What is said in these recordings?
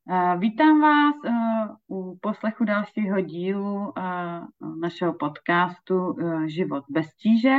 Vítám vás u poslechu dalšího dílu našeho podcastu Život bez tíže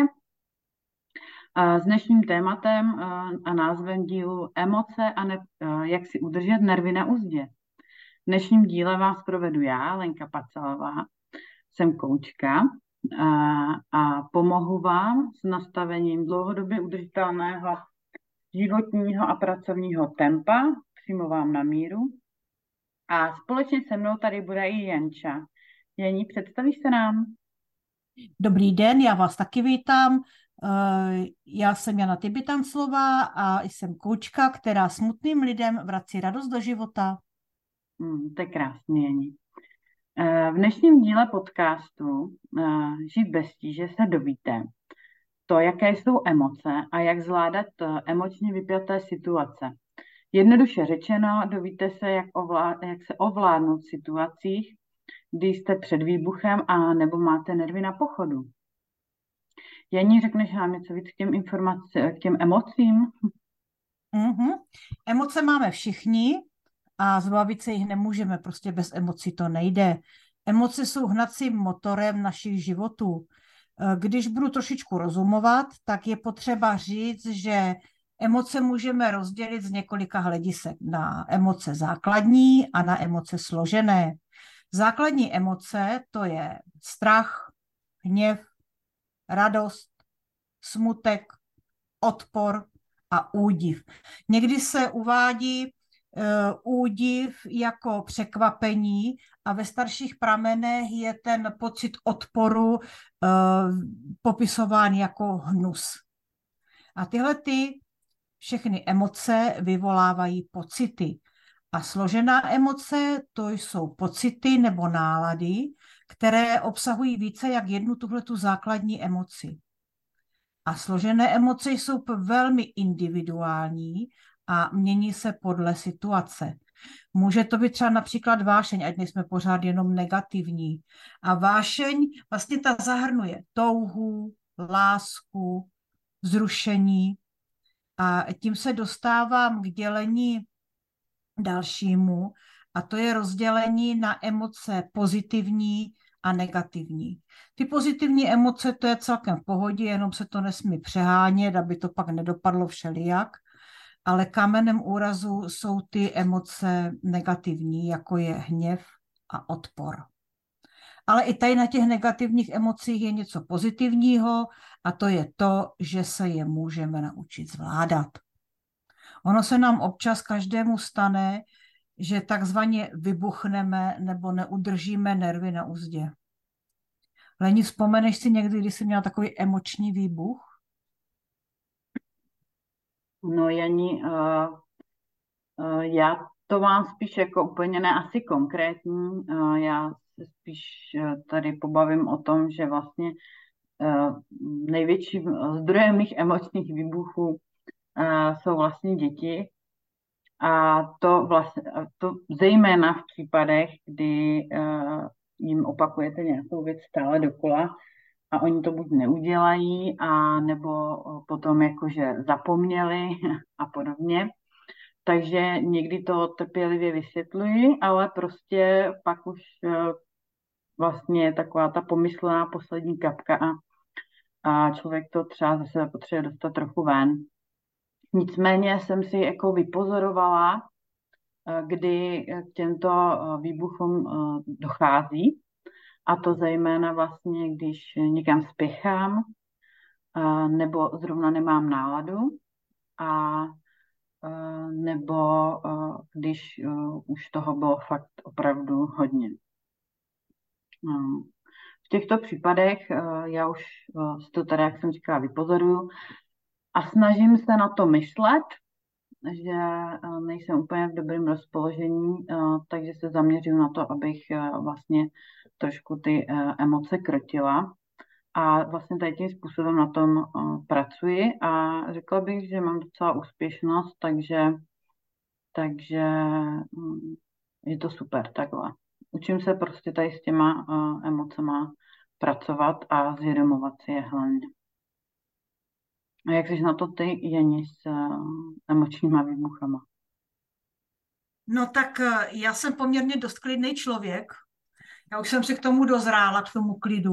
s dnešním tématem a názvem dílu Emoce a jak si udržet nervy na uzdě. V dnešním díle vás provedu já, Lenka Pacalová, jsem koučka a pomohu vám s nastavením dlouhodobě udržitelného životního a pracovního tempa, přímo vám na míru. A společně se mnou tady bude i Janča. Jení, představíš se nám? Dobrý den, já vás taky vítám. Já jsem Jana Tybitanclová a jsem koučka, která smutným lidem vrací radost do života. To je krásný, Jení. V dnešním díle podcastu Žít bez tíže se dovíte to, jaké jsou emoce a jak zvládat emočně vypjaté situace. Jednoduše řečeno, dovíte se, jak se ovládnout v situacích, kdy jste před výbuchem a nebo máte nervy na pochodu. Jení, řekneš nám něco víc k těm emocím? Emoce máme všichni a zbavit se jich nemůžeme, prostě bez emocí to nejde. Emoce jsou hnacím motorem našich životů. Když budu trošičku rozumovat, tak je potřeba říct, že emoce můžeme rozdělit z několika hledisek na emoce základní a na emoce složené. Základní emoce to je strach, hněv, radost, smutek, odpor a údiv. Někdy se uvádí údiv jako překvapení a ve starších pramenech je ten pocit odporu popisován jako hnus. A tyhle všechny emoce vyvolávají pocity. A složená emoce, to jsou pocity nebo nálady, které obsahují více jak jednu tuhletu základní emoci. A složené emoce jsou velmi individuální a mění se podle situace. Může to být třeba například vášeň, ať nejsme pořád jenom negativní. A vášeň vlastně ta zahrnuje touhu, lásku, vzrušení. A tím se dostávám k dělení dalšímu, a to je rozdělení na emoce pozitivní a negativní. Ty pozitivní emoce, to je celkem v pohodě, jenom se to nesmí přehánět, aby to pak nedopadlo všelijak, ale kamenem úrazu jsou ty emoce negativní, jako je hněv a odpor. Ale i tady na těch negativních emocích je něco pozitivního a to je to, že se je můžeme naučit zvládat. Ono se nám občas každému stane, že takzvaně vybuchneme nebo neudržíme nervy na uzdě. Leni, vzpomeneš si někdy, kdy jsi měla takový emoční výbuch? No, Jení, já to mám spíš jako úplně ne asi konkrétní. Já se spíš tady pobavím o tom, že vlastně největším zdrojem mých emočních výbuchů jsou vlastně děti. A to zejména v případech, kdy jim opakujete nějakou věc stále dokola a oni to buď neudělají, a nebo potom jakože zapomněli a podobně. Takže někdy to trpělivě vysvětluji, ale prostě pak už vlastně taková ta pomyslná poslední kapka a člověk to třeba zase potřebuje dostat trochu ven. Nicméně jsem si jako vypozorovala, kdy k těmto výbuchům dochází. A to zejména vlastně, když někam spěchám, nebo zrovna nemám náladu, a nebo když už toho bylo fakt opravdu hodně. V těchto případech já už si to tady, jak jsem říkala, vypozoruju a snažím se na to myslet, že nejsem úplně v dobrém rozpoložení, takže se zaměřuju na to, abych vlastně trošku ty emoce krotila. A vlastně tady tím způsobem na tom pracuji a řekla bych, že mám docela úspěšnost, takže je to super takhle. Učím se prostě tady s těma emocema pracovat a zvědomovat si je hlavně. A jak jsi na to ty, Jeni, s emočníma výbuchama? No tak já jsem poměrně dost klidný člověk. Já už jsem se k tomu dozrála, k tomu klidu,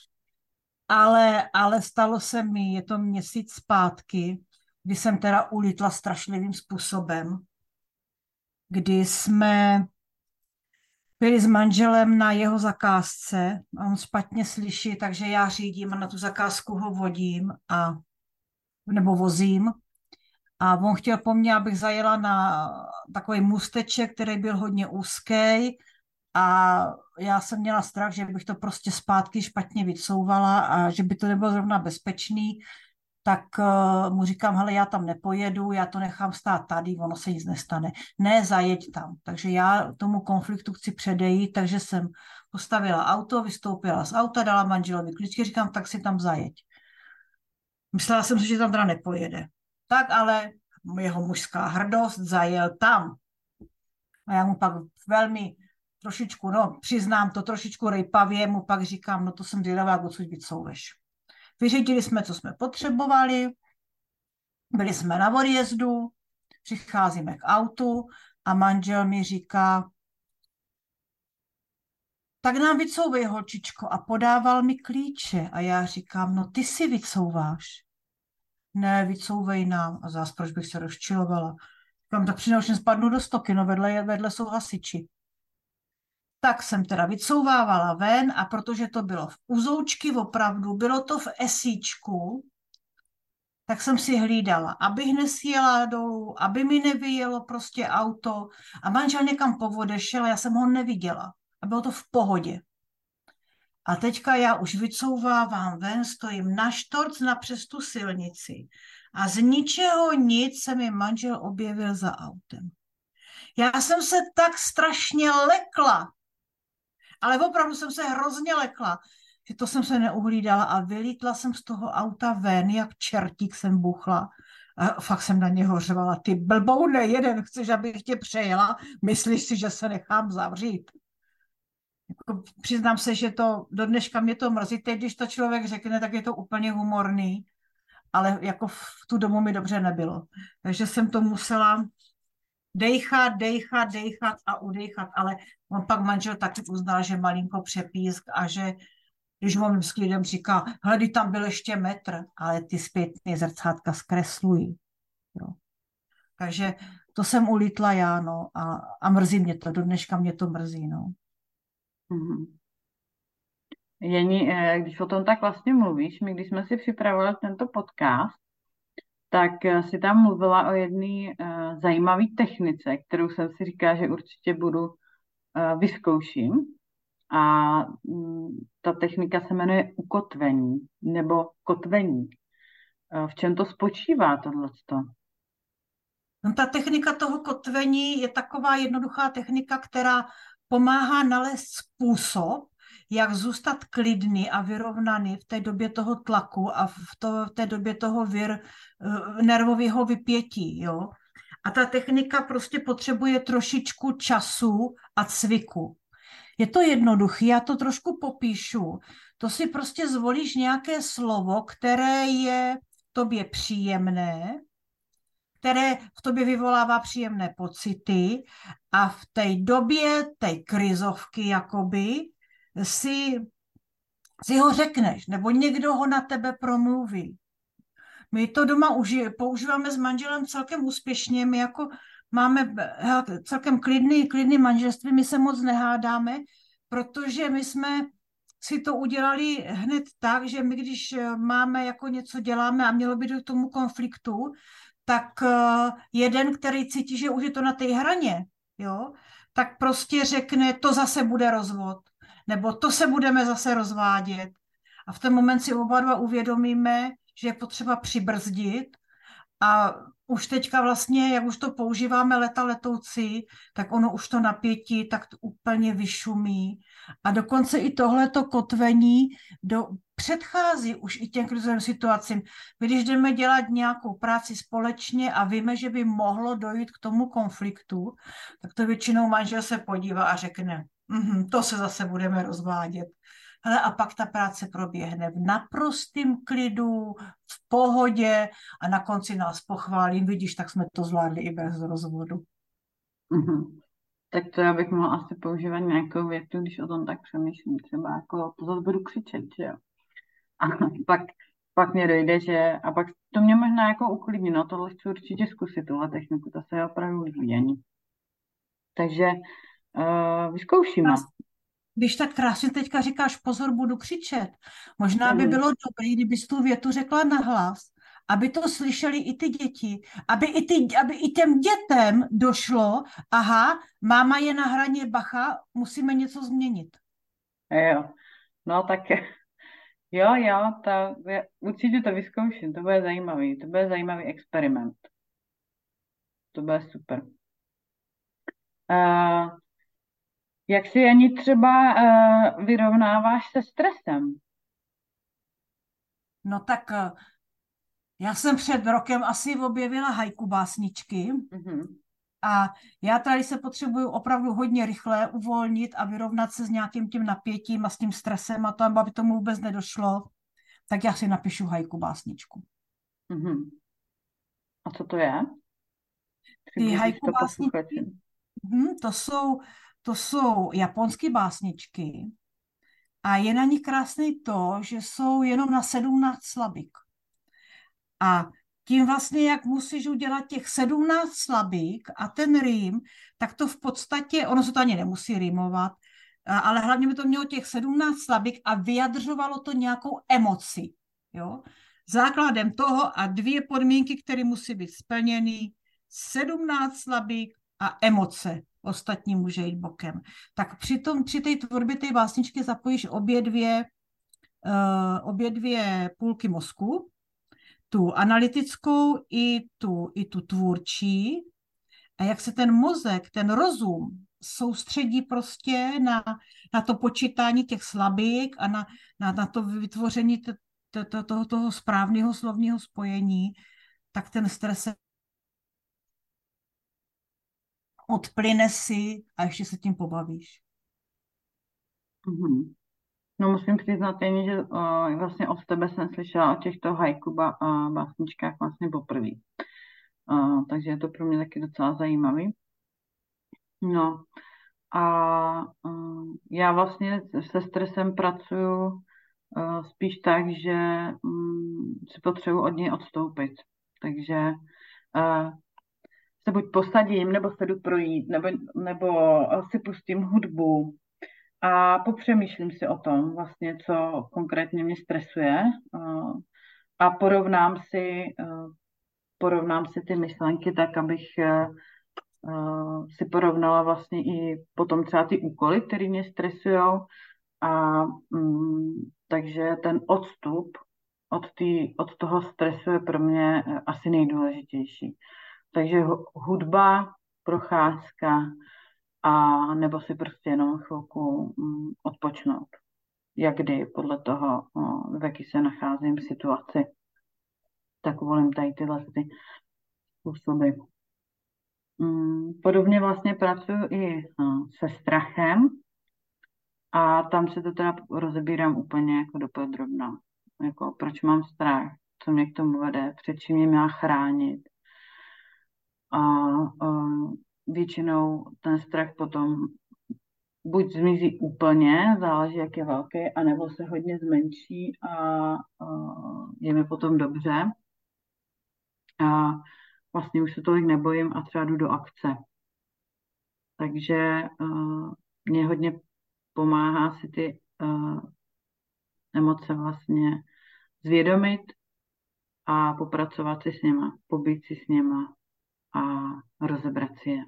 ale stalo se mi, je to měsíc zpátky, kdy jsem teda ulítla strašlivým způsobem, kdy jsme byli s manželem na jeho zakázce a on špatně slyší, takže já řídím a na tu zakázku ho vodím nebo vozím. A on chtěl po mně, abych zajela na takový můsteček, který byl hodně úzký. A já jsem měla strach, že bych to prostě zpátky špatně vycouvala a že by to nebylo zrovna bezpečný. Tak mu říkám, hele, já tam nepojedu, já to nechám stát tady, ono se nic nestane. Ne, zajeď tam. Takže já tomu konfliktu chci předejít, takže jsem postavila auto, vystoupila z auta, dala manželovi klíčky, říkám, tak si tam zajeď. Myslela jsem si, že tam teda nepojede. Tak ale jeho mužská hrdost zajel tam. A já mu pak velmi trošičku, no přiznám to trošičku rejpavě, mu pak říkám, no to jsem zvědavá, jak odsud vycouveš. Vyřídili jsme, co jsme potřebovali, byli jsme na odjezdu, přicházíme k autu a manžel mi říká, tak nám vycouvej, holčičko, a podával mi klíče. A já říkám, no ty si vycouváš. Ne, vycouvej nám. A zás, proč bych se rozčilovala? Říkám, tak přinejmenším spadnu do stoky, no vedle jsou hasiči. Tak jsem teda vycouvávala ven a protože to bylo v uzoučky opravdu, bylo to v esíčku, tak jsem si hlídala, abych nesjela dolů, aby mi nevyjelo prostě auto a manžel někam povodešel, já jsem ho neviděla a bylo to v pohodě. A teďka já už vycouvávám ven, stojím na štorc napřes tu silnici a z ničeho nic se mi manžel objevil za autem. Já jsem se tak strašně lekla, ale opravdu jsem se hrozně lekla, že to jsem se neuhlídala a vylítla jsem z toho auta ven, jak čertík jsem buchla. A fakt jsem na něho řvala, ty blboune jeden, chceš, abych tě přejela, myslíš si, že se nechám zavřít. Jako, přiznám se, že to do dneška mě to mrzí, teď když to člověk řekne, tak je to úplně humorný, ale jako v tu domu mi dobře nebylo. Takže jsem to musela dejchat a udejchat, ale on pak manžel taky uznal, že malinko přepísk a že když mu s lidem říká, hledej, tam byl ještě metr, ale ty zpětné zrcátka zkreslují. Jo. Takže to jsem ulítla já, no, a mrzí mě to, do dneška mě to mrzí, no. Mhm. Jení, když o tom tak vlastně mluvíš, my když jsme si připravovali tento podcast, tak si tam mluvila o jedné zajímavé technice, kterou jsem si říkala, že určitě vyzkouším. A ta technika se jmenuje ukotvení nebo kotvení. V čem to spočívá tohleto? No, ta technika toho kotvení je taková jednoduchá technika, která pomáhá nalézt způsob, jak zůstat klidný a vyrovnaný v té době toho tlaku a v té době toho nervového vypětí. Jo? A ta technika prostě potřebuje trošičku času a cviku. Je to jednoduché, já to trošku popíšu. To si prostě zvolíš nějaké slovo, které je tobě příjemné, které v tobě vyvolává příjemné pocity a v té době té krizovky jakoby si ho řekneš, nebo někdo ho na tebe promluví. My to doma používáme s manželem celkem úspěšně, my jako máme celkem klidný manželství, my se moc nehádáme, protože my jsme si to udělali hned tak, že my když máme jako něco děláme a mělo by do tomu konfliktu, tak jeden, který cítí, že už je to na té hraně, jo, tak prostě řekne, to zase bude rozvod, nebo to se budeme zase rozvádět. A v ten moment si oba dva uvědomíme, že je potřeba přibrzdit a už teďka vlastně, jak už to používáme letoucí, tak ono už to napětí tak to úplně vyšumí. A dokonce i tohleto kotvení předchází už i těm krizovým situacím. My, když jdeme dělat nějakou práci společně a víme, že by mohlo dojít k tomu konfliktu, tak to většinou manžel se podívá a řekne, to se zase budeme rozvádět. Hele, a pak ta práce proběhne v naprostém klidu, v pohodě a na konci nás pochválí, vidíš, tak jsme to zvládli i bez rozvodu. Mm-hmm. Tak to já bych mohla asi používat nějakou větu, když o tom tak přemýšlím. Třeba jako, to zase budu křičet, že jo. A pak, pak mě dojde, že, a pak to mě možná jako uklidní, no tohle chci určitě zkusit, tuhle techniku, to se opravdu líbí ani. Takže vyzkoušíme. Když tak krásně teďka říkáš, pozor, budu křičet. Možná by Mhm. bylo dobré, kdybys tu větu řekla nahlas, aby to slyšeli i ty děti, aby i těm dětem došlo, aha, máma je na hraně, bacha, musíme něco změnit. Jo, no tak jo, určitě to vyzkouším, to bude zajímavý experiment, to bude super. Uh, jak si ani třeba vyrovnáváš se stresem? No tak já jsem před rokem asi objevila haiku básničky Mhm. a já tady se potřebuju opravdu hodně rychle uvolnit a vyrovnat se s nějakým tím napětím a s tím stresem a to, aby tomu vůbec nedošlo, tak já si napíšu haiku básničku. Mhm. A co to je? Ty Přiblížíš haiku to básničky, posluchačům. to jsou japonské básničky a je na nich krásný to, že jsou jenom na 17 slabik. A tím vlastně, jak musíš udělat těch 17 slabik a ten rým, tak to v podstatě, ono se to ani nemusí rýmovat, ale hlavně by to mělo těch 17 slabik a vyjadřovalo to nějakou emoci. Jo? Základem toho a dvě podmínky, které musí být splněny, 17 slabik a emoce. Ostatní může jít bokem. Tak při té tvorbě té básničky zapojíš obě dvě půlky mozku, tu analytickou i tu tvůrčí. A jak se ten mozek, ten rozum soustředí prostě na to počítání těch slabik a na to vytvoření toho správného slovního spojení, tak ten stres se odplyne si a ještě se tím pobavíš. Mhm. No musím přiznat jen, že vlastně od tebe jsem slyšela o těchto básničkách vlastně poprvé. Takže je to pro mě taky docela zajímavý. No a já vlastně se stresem pracuju spíš tak, že si potřebuji od něj odstoupit. Takže se buď posadím, nebo se jdu projít, nebo si pustím hudbu a popřemýšlím si o tom, vlastně, co konkrétně mě stresuje a porovnám si ty myšlenky tak, abych si porovnala vlastně i potom třeba ty úkoly, které mě stresují. A takže ten odstup od toho stresu je pro mě asi nejdůležitější. Takže hudba, procházka a nebo si prostě jenom chvilku odpočnout. Jak kdy, podle toho, v jaký se nacházím v situaci. Tak volím tady tyhle ty způsoby. Podobně vlastně pracuji i se strachem a tam se to teda rozebírám úplně jako dopodrobna. Jako proč mám strach, co mě k tomu vede, před čím mě má chránit. A většinou ten strach potom buď zmizí úplně, záleží, jak je velký, anebo se hodně zmenší a je mi potom dobře. A vlastně už se tolik nebojím a třeba jdu do akce. Takže mě hodně pomáhá si ty emoce vlastně zvědomit a popracovat si s něma, pobít si s něma a rozebrat si je.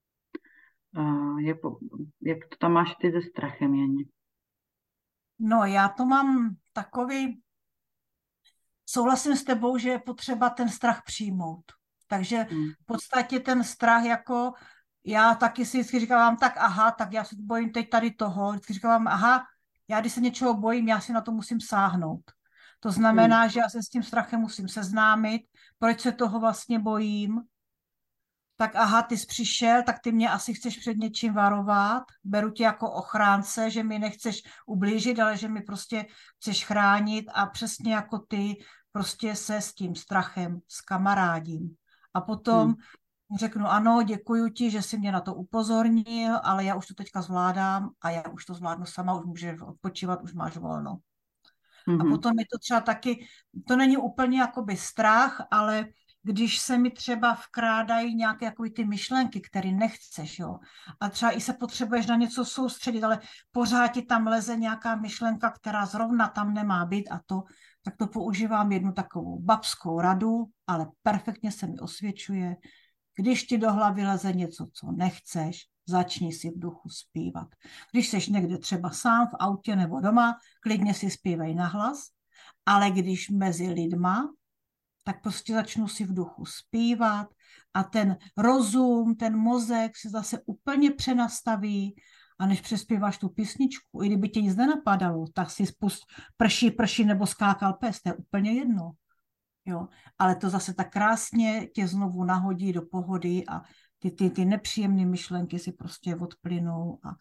Jak to tam máš ty se strachem, Janě? No, já to mám takový, souhlasím s tebou, že je potřeba ten strach přijmout. Takže Hmm. v podstatě ten strach jako, já taky si vždycky říkám, tak aha, tak já se bojím teď tady toho. Vždycky říkám, aha, já když se něčeho bojím, já si na to musím sáhnout. To Hmm. znamená, že já se s tím strachem musím seznámit, proč se toho vlastně bojím. Tak aha, ty jsi přišel, tak ty mě asi chceš před něčím varovat. Beru tě jako ochránce, že mi nechceš ublížit, ale že mi prostě chceš chránit a přesně jako ty prostě se s tím strachem skamarádím. A potom Hmm. Řeknu ano, děkuji ti, že jsi mě na to upozornil, ale já už to teďka zvládám a já už to zvládnu sama, už můžeš odpočívat, už máš volno. A Mhm. potom je to třeba taky, to není úplně jakoby strach, ale když se mi třeba vkrádají nějaké jako ty myšlenky, které nechceš, jo, a třeba i se potřebuješ na něco soustředit, ale pořád ti tam leze nějaká myšlenka, která zrovna tam nemá být a to, tak to používám jednu takovou babskou radu, ale perfektně se mi osvědčuje. Když ti do hlavy leze něco, co nechceš, začni si v duchu zpívat. Když jsi někde třeba sám v autě nebo doma, klidně si zpívej nahlas, ale když mezi lidma, tak prostě začnu si v duchu zpívat a ten rozum, ten mozek se zase úplně přenastaví a než přespíváš tu písničku, i kdyby tě nic nenapadalo, tak si spust prší, prší nebo skákal pes, to je úplně jedno. Jo? Ale to zase tak krásně tě znovu nahodí do pohody a ty nepříjemné myšlenky si prostě odplynou a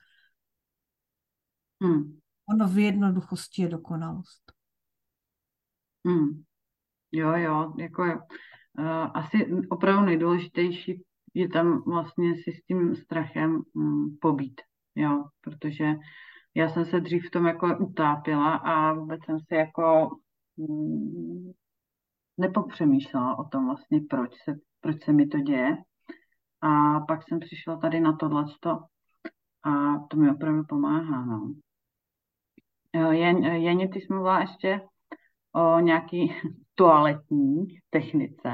Hmm. ono v jednoduchosti je dokonalost. Hmm. Jo, jo, jako asi opravdu nejdůležitější je tam vlastně si s tím strachem pobít, jo, protože já jsem se dřív v tom jako utápila a vůbec jsem si jako mm, nepopřemýšlela o tom vlastně, proč se mi to děje. A pak jsem přišla tady na tohleto a to mi opravdu pomáhá, no. Janě, ty jsi mluvila ještě o nějaký toaletní technice.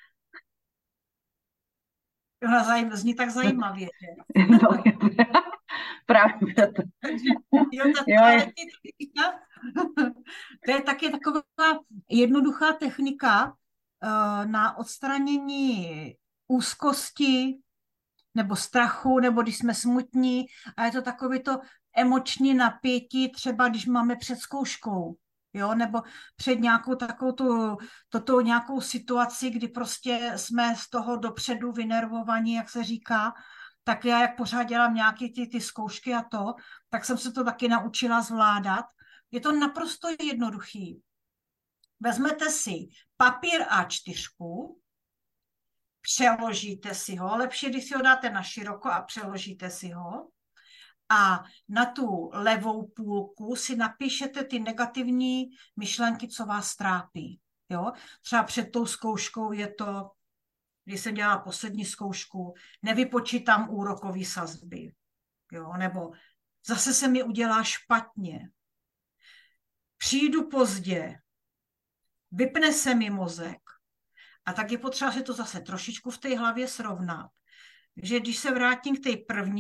Ona zní tak zajímavě, že? No, právě proto. Takže jo, ta Jo, toaletní technika, to je taky taková jednoduchá technika na odstranění úzkosti nebo strachu, nebo když jsme smutní a je to takové to emoční napětí, třeba když máme před zkouškou, jo, nebo před nějakou takovou toto nějakou situaci, kdy prostě jsme z toho dopředu vynervovaní, jak se říká, tak já, jak pořád dělám nějaké ty zkoušky a to, tak jsem se to taky naučila zvládat. Je to naprosto jednoduchý. Vezmete si papír A4, přeložíte si ho, lepší, když si ho dáte na široko a přeložíte si ho a na tu levou půlku si napíšete ty negativní myšlenky, co vás trápí. Jo? Třeba před tou zkouškou je to, když jsem dělala poslední zkoušku, nevypočítám úrokový sazby. Jo? Nebo zase se mi udělá špatně. Přijdu pozdě, vypne se mi mozek. A tak je potřeba si to zase trošičku v té hlavě srovnat. Že když se vrátím k té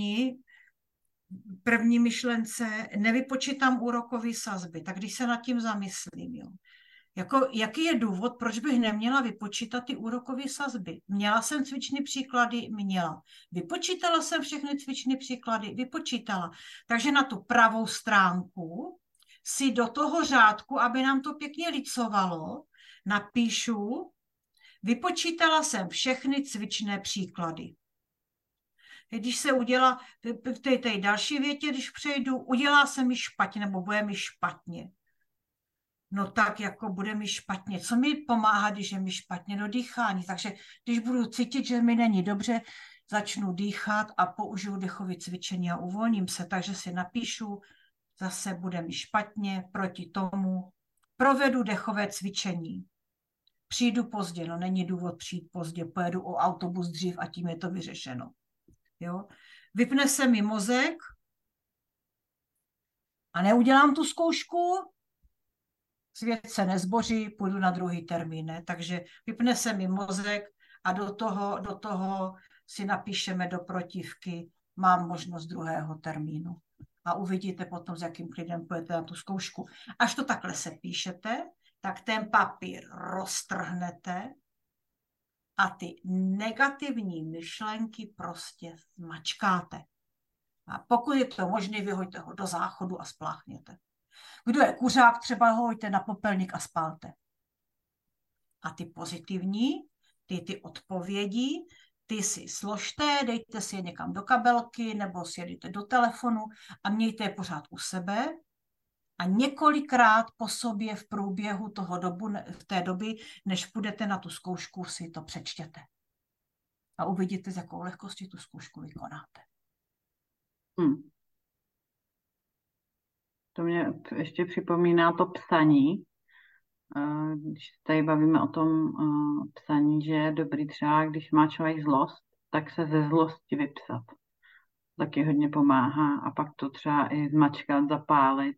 první myšlence, nevypočítám úrokový sazby, tak když se nad tím zamyslím, jo. Jako, jaký je důvod, proč bych neměla vypočítat ty úrokové sazby? Měla jsem cvičné příklady? Měla. Vypočítala jsem všechny cvičné příklady? Vypočítala. Takže na tu pravou stránku si do toho řádku, aby nám to pěkně licovalo, napíšu, vypočítala jsem všechny cvičné příklady. Když se udělá, v té další větě, když přejdu, udělá se mi špatně, nebo bude mi špatně. No tak jako bude mi špatně. Co mi pomáhá, když je mi špatně? No dýchání. Takže když budu cítit, že mi není dobře, začnu dýchat a použiju dechové cvičení a uvolním se. Takže si napíšu, zase bude mi špatně, proti tomu provedu dechové cvičení. Přijdu pozdě, no není důvod přijít pozdě, pojedu o autobus dřív a tím je to vyřešeno. Jo? Vypne se mi mozek a neudělám tu zkoušku, svět se nezboří, půjdu na druhý termín. Ne? Takže vypne se mi mozek a do toho si napíšeme do protivky, mám možnost druhého termínu. A uvidíte potom, s jakým klidem půjdete na tu zkoušku. Až to takhle se píšete, tak ten papír roztrhnete a ty negativní myšlenky prostě zmačkáte. A pokud je to možné, vyhoďte ho do záchodu a spláchněte. Kdo je kuřák, třeba ho hoďte na popelník a spalte. A ty pozitivní, ty odpovědi, ty si složte, dejte si je někam do kabelky nebo si je dejte do telefonu a mějte je pořád u sebe a několikrát po sobě v průběhu v té doby, než půjdete na tu zkoušku, si to přečtěte. a uvidíte, s jakou lehkostí tu zkoušku vykonáte. To mě ještě připomíná to psaní. Když tady bavíme o tom psaní, že je dobrý třeba, když má člověk zlost, tak se ze zlosti vypsat. Taky hodně pomáhá. A pak to třeba i zmačkat, zapálit.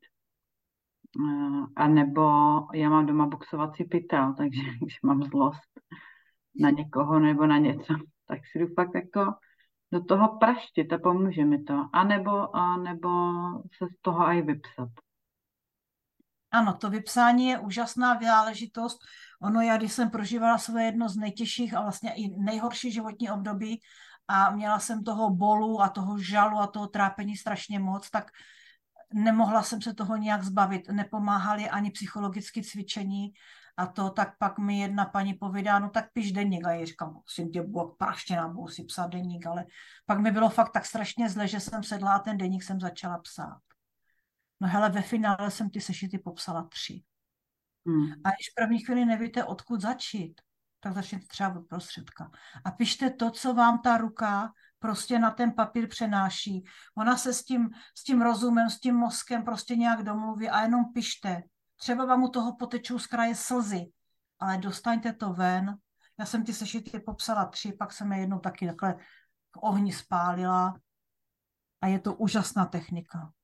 A nebo já mám doma boxovací pytel, takže když mám zlost na někoho nebo na něco, tak si jdu fakt jako do toho praštit a pomůže mi to. A nebo se z toho aj vypsat. Ano, to vypsání je úžasná záležitost. Ono, já když jsem prožívala své jedno z nejtěžších a vlastně i nejhorší životní období a měla jsem toho bolu a toho žalu a toho trápení strašně moc, tak nemohla jsem se toho nějak zbavit. Nepomáhaly ani psychologické cvičení a to, tak pak mi jedna paní povídá, no tak píš deník. A já říkám, musím tě Bůh praštěná, budu si psát deník, ale pak mi bylo fakt tak strašně zle, že jsem sedla a ten deník jsem začala psát. No hele, ve finále jsem ty sešity popsala 3. A když v první chvíli nevíte, odkud začít, tak začněte třeba od prostředka. A pište to, co vám ta ruka prostě na ten papír přenáší. Ona se s tím rozumem, s tím mozkem prostě nějak domluví a jenom pište. Třeba vám u toho potečou z kraje slzy, ale dostaňte to ven. Já jsem ty sešity popsala 3, pak jsem je jednou taky takhle v ohni spálila a je to úžasná technika.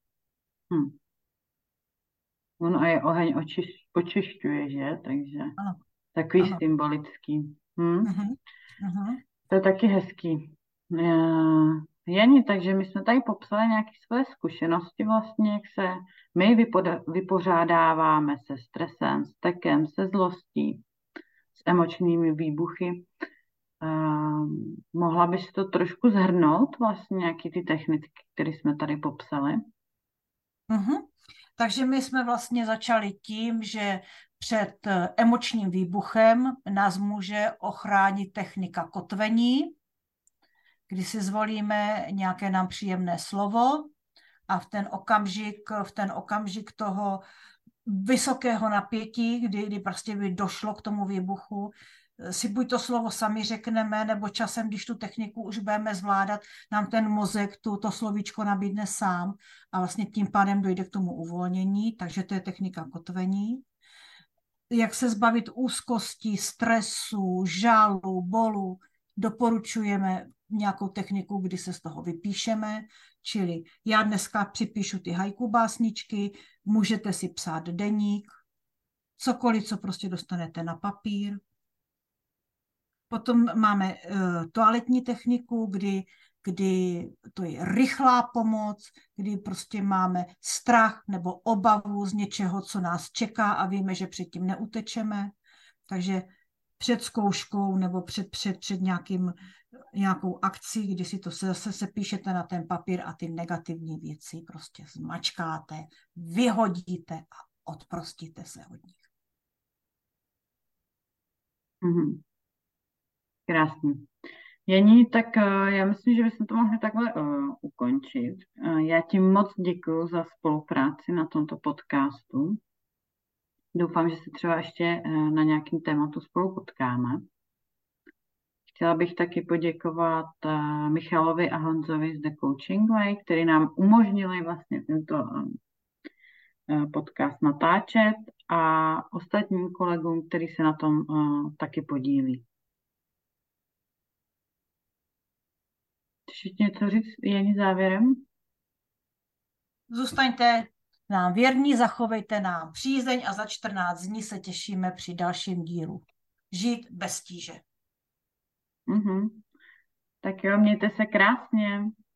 Ono a je oheň očišťuje, že? Takže ano. takový Ano. symbolický. Uh-huh. To je taky hezký. Jani, takže my jsme tady popsali nějaké svoje zkušenosti vlastně, jak se my vypořádáváme se stresem, s tekem, se zlostí, s emočními výbuchy. Mohla bys to trošku zhrnout, vlastně nějaké ty techniky, které jsme tady popsali? Takže my jsme vlastně začali tím, že před emočním výbuchem nás může ochránit technika kotvení, kdy si zvolíme nějaké nám příjemné slovo a v ten okamžik toho vysokého napětí, kdy prostě by došlo k tomu výbuchu, si buď to slovo sami řekneme, nebo časem, když tu techniku už budeme zvládat, nám ten mozek to slovíčko nabídne sám a vlastně tím pádem dojde k tomu uvolnění, takže to je technika kotvení. Jak se zbavit úzkosti, stresu, žálu, bolu, doporučujeme nějakou techniku, kdy se z toho vypíšeme, čili já dneska připíšu ty haiku básničky, můžete si psát deník, cokoliv, co prostě dostanete na papír. Potom máme toaletní techniku, kdy to je rychlá pomoc, kdy prostě máme strach nebo obavu z něčeho, co nás čeká a víme, že předtím neutečeme. Takže před zkouškou nebo před nějakou akcí, kdy si to zase sepíšete na ten papír a ty negativní věci prostě zmačkáte, vyhodíte a odprostíte se od nich. Krásný. Jani, tak já myslím, že bychom to mohli takhle ukončit. Já ti moc děkuji za spolupráci na tomto podcastu. Doufám, že se třeba ještě na nějakém tématu spolu potkáme. Chtěla bych taky poděkovat Michalovi a Honzovi z The Coaching Way, který nám umožnili vlastně tento podcast natáčet a ostatním kolegům, kteří se na tom taky podílí. Chceš něco říct, Jani, závěrem? Zůstaňte nám věrní, zachovejte nám přízeň a za 14 dní se těšíme při dalším dílu. Žít bez tíže. Tak jo, mějte se krásně.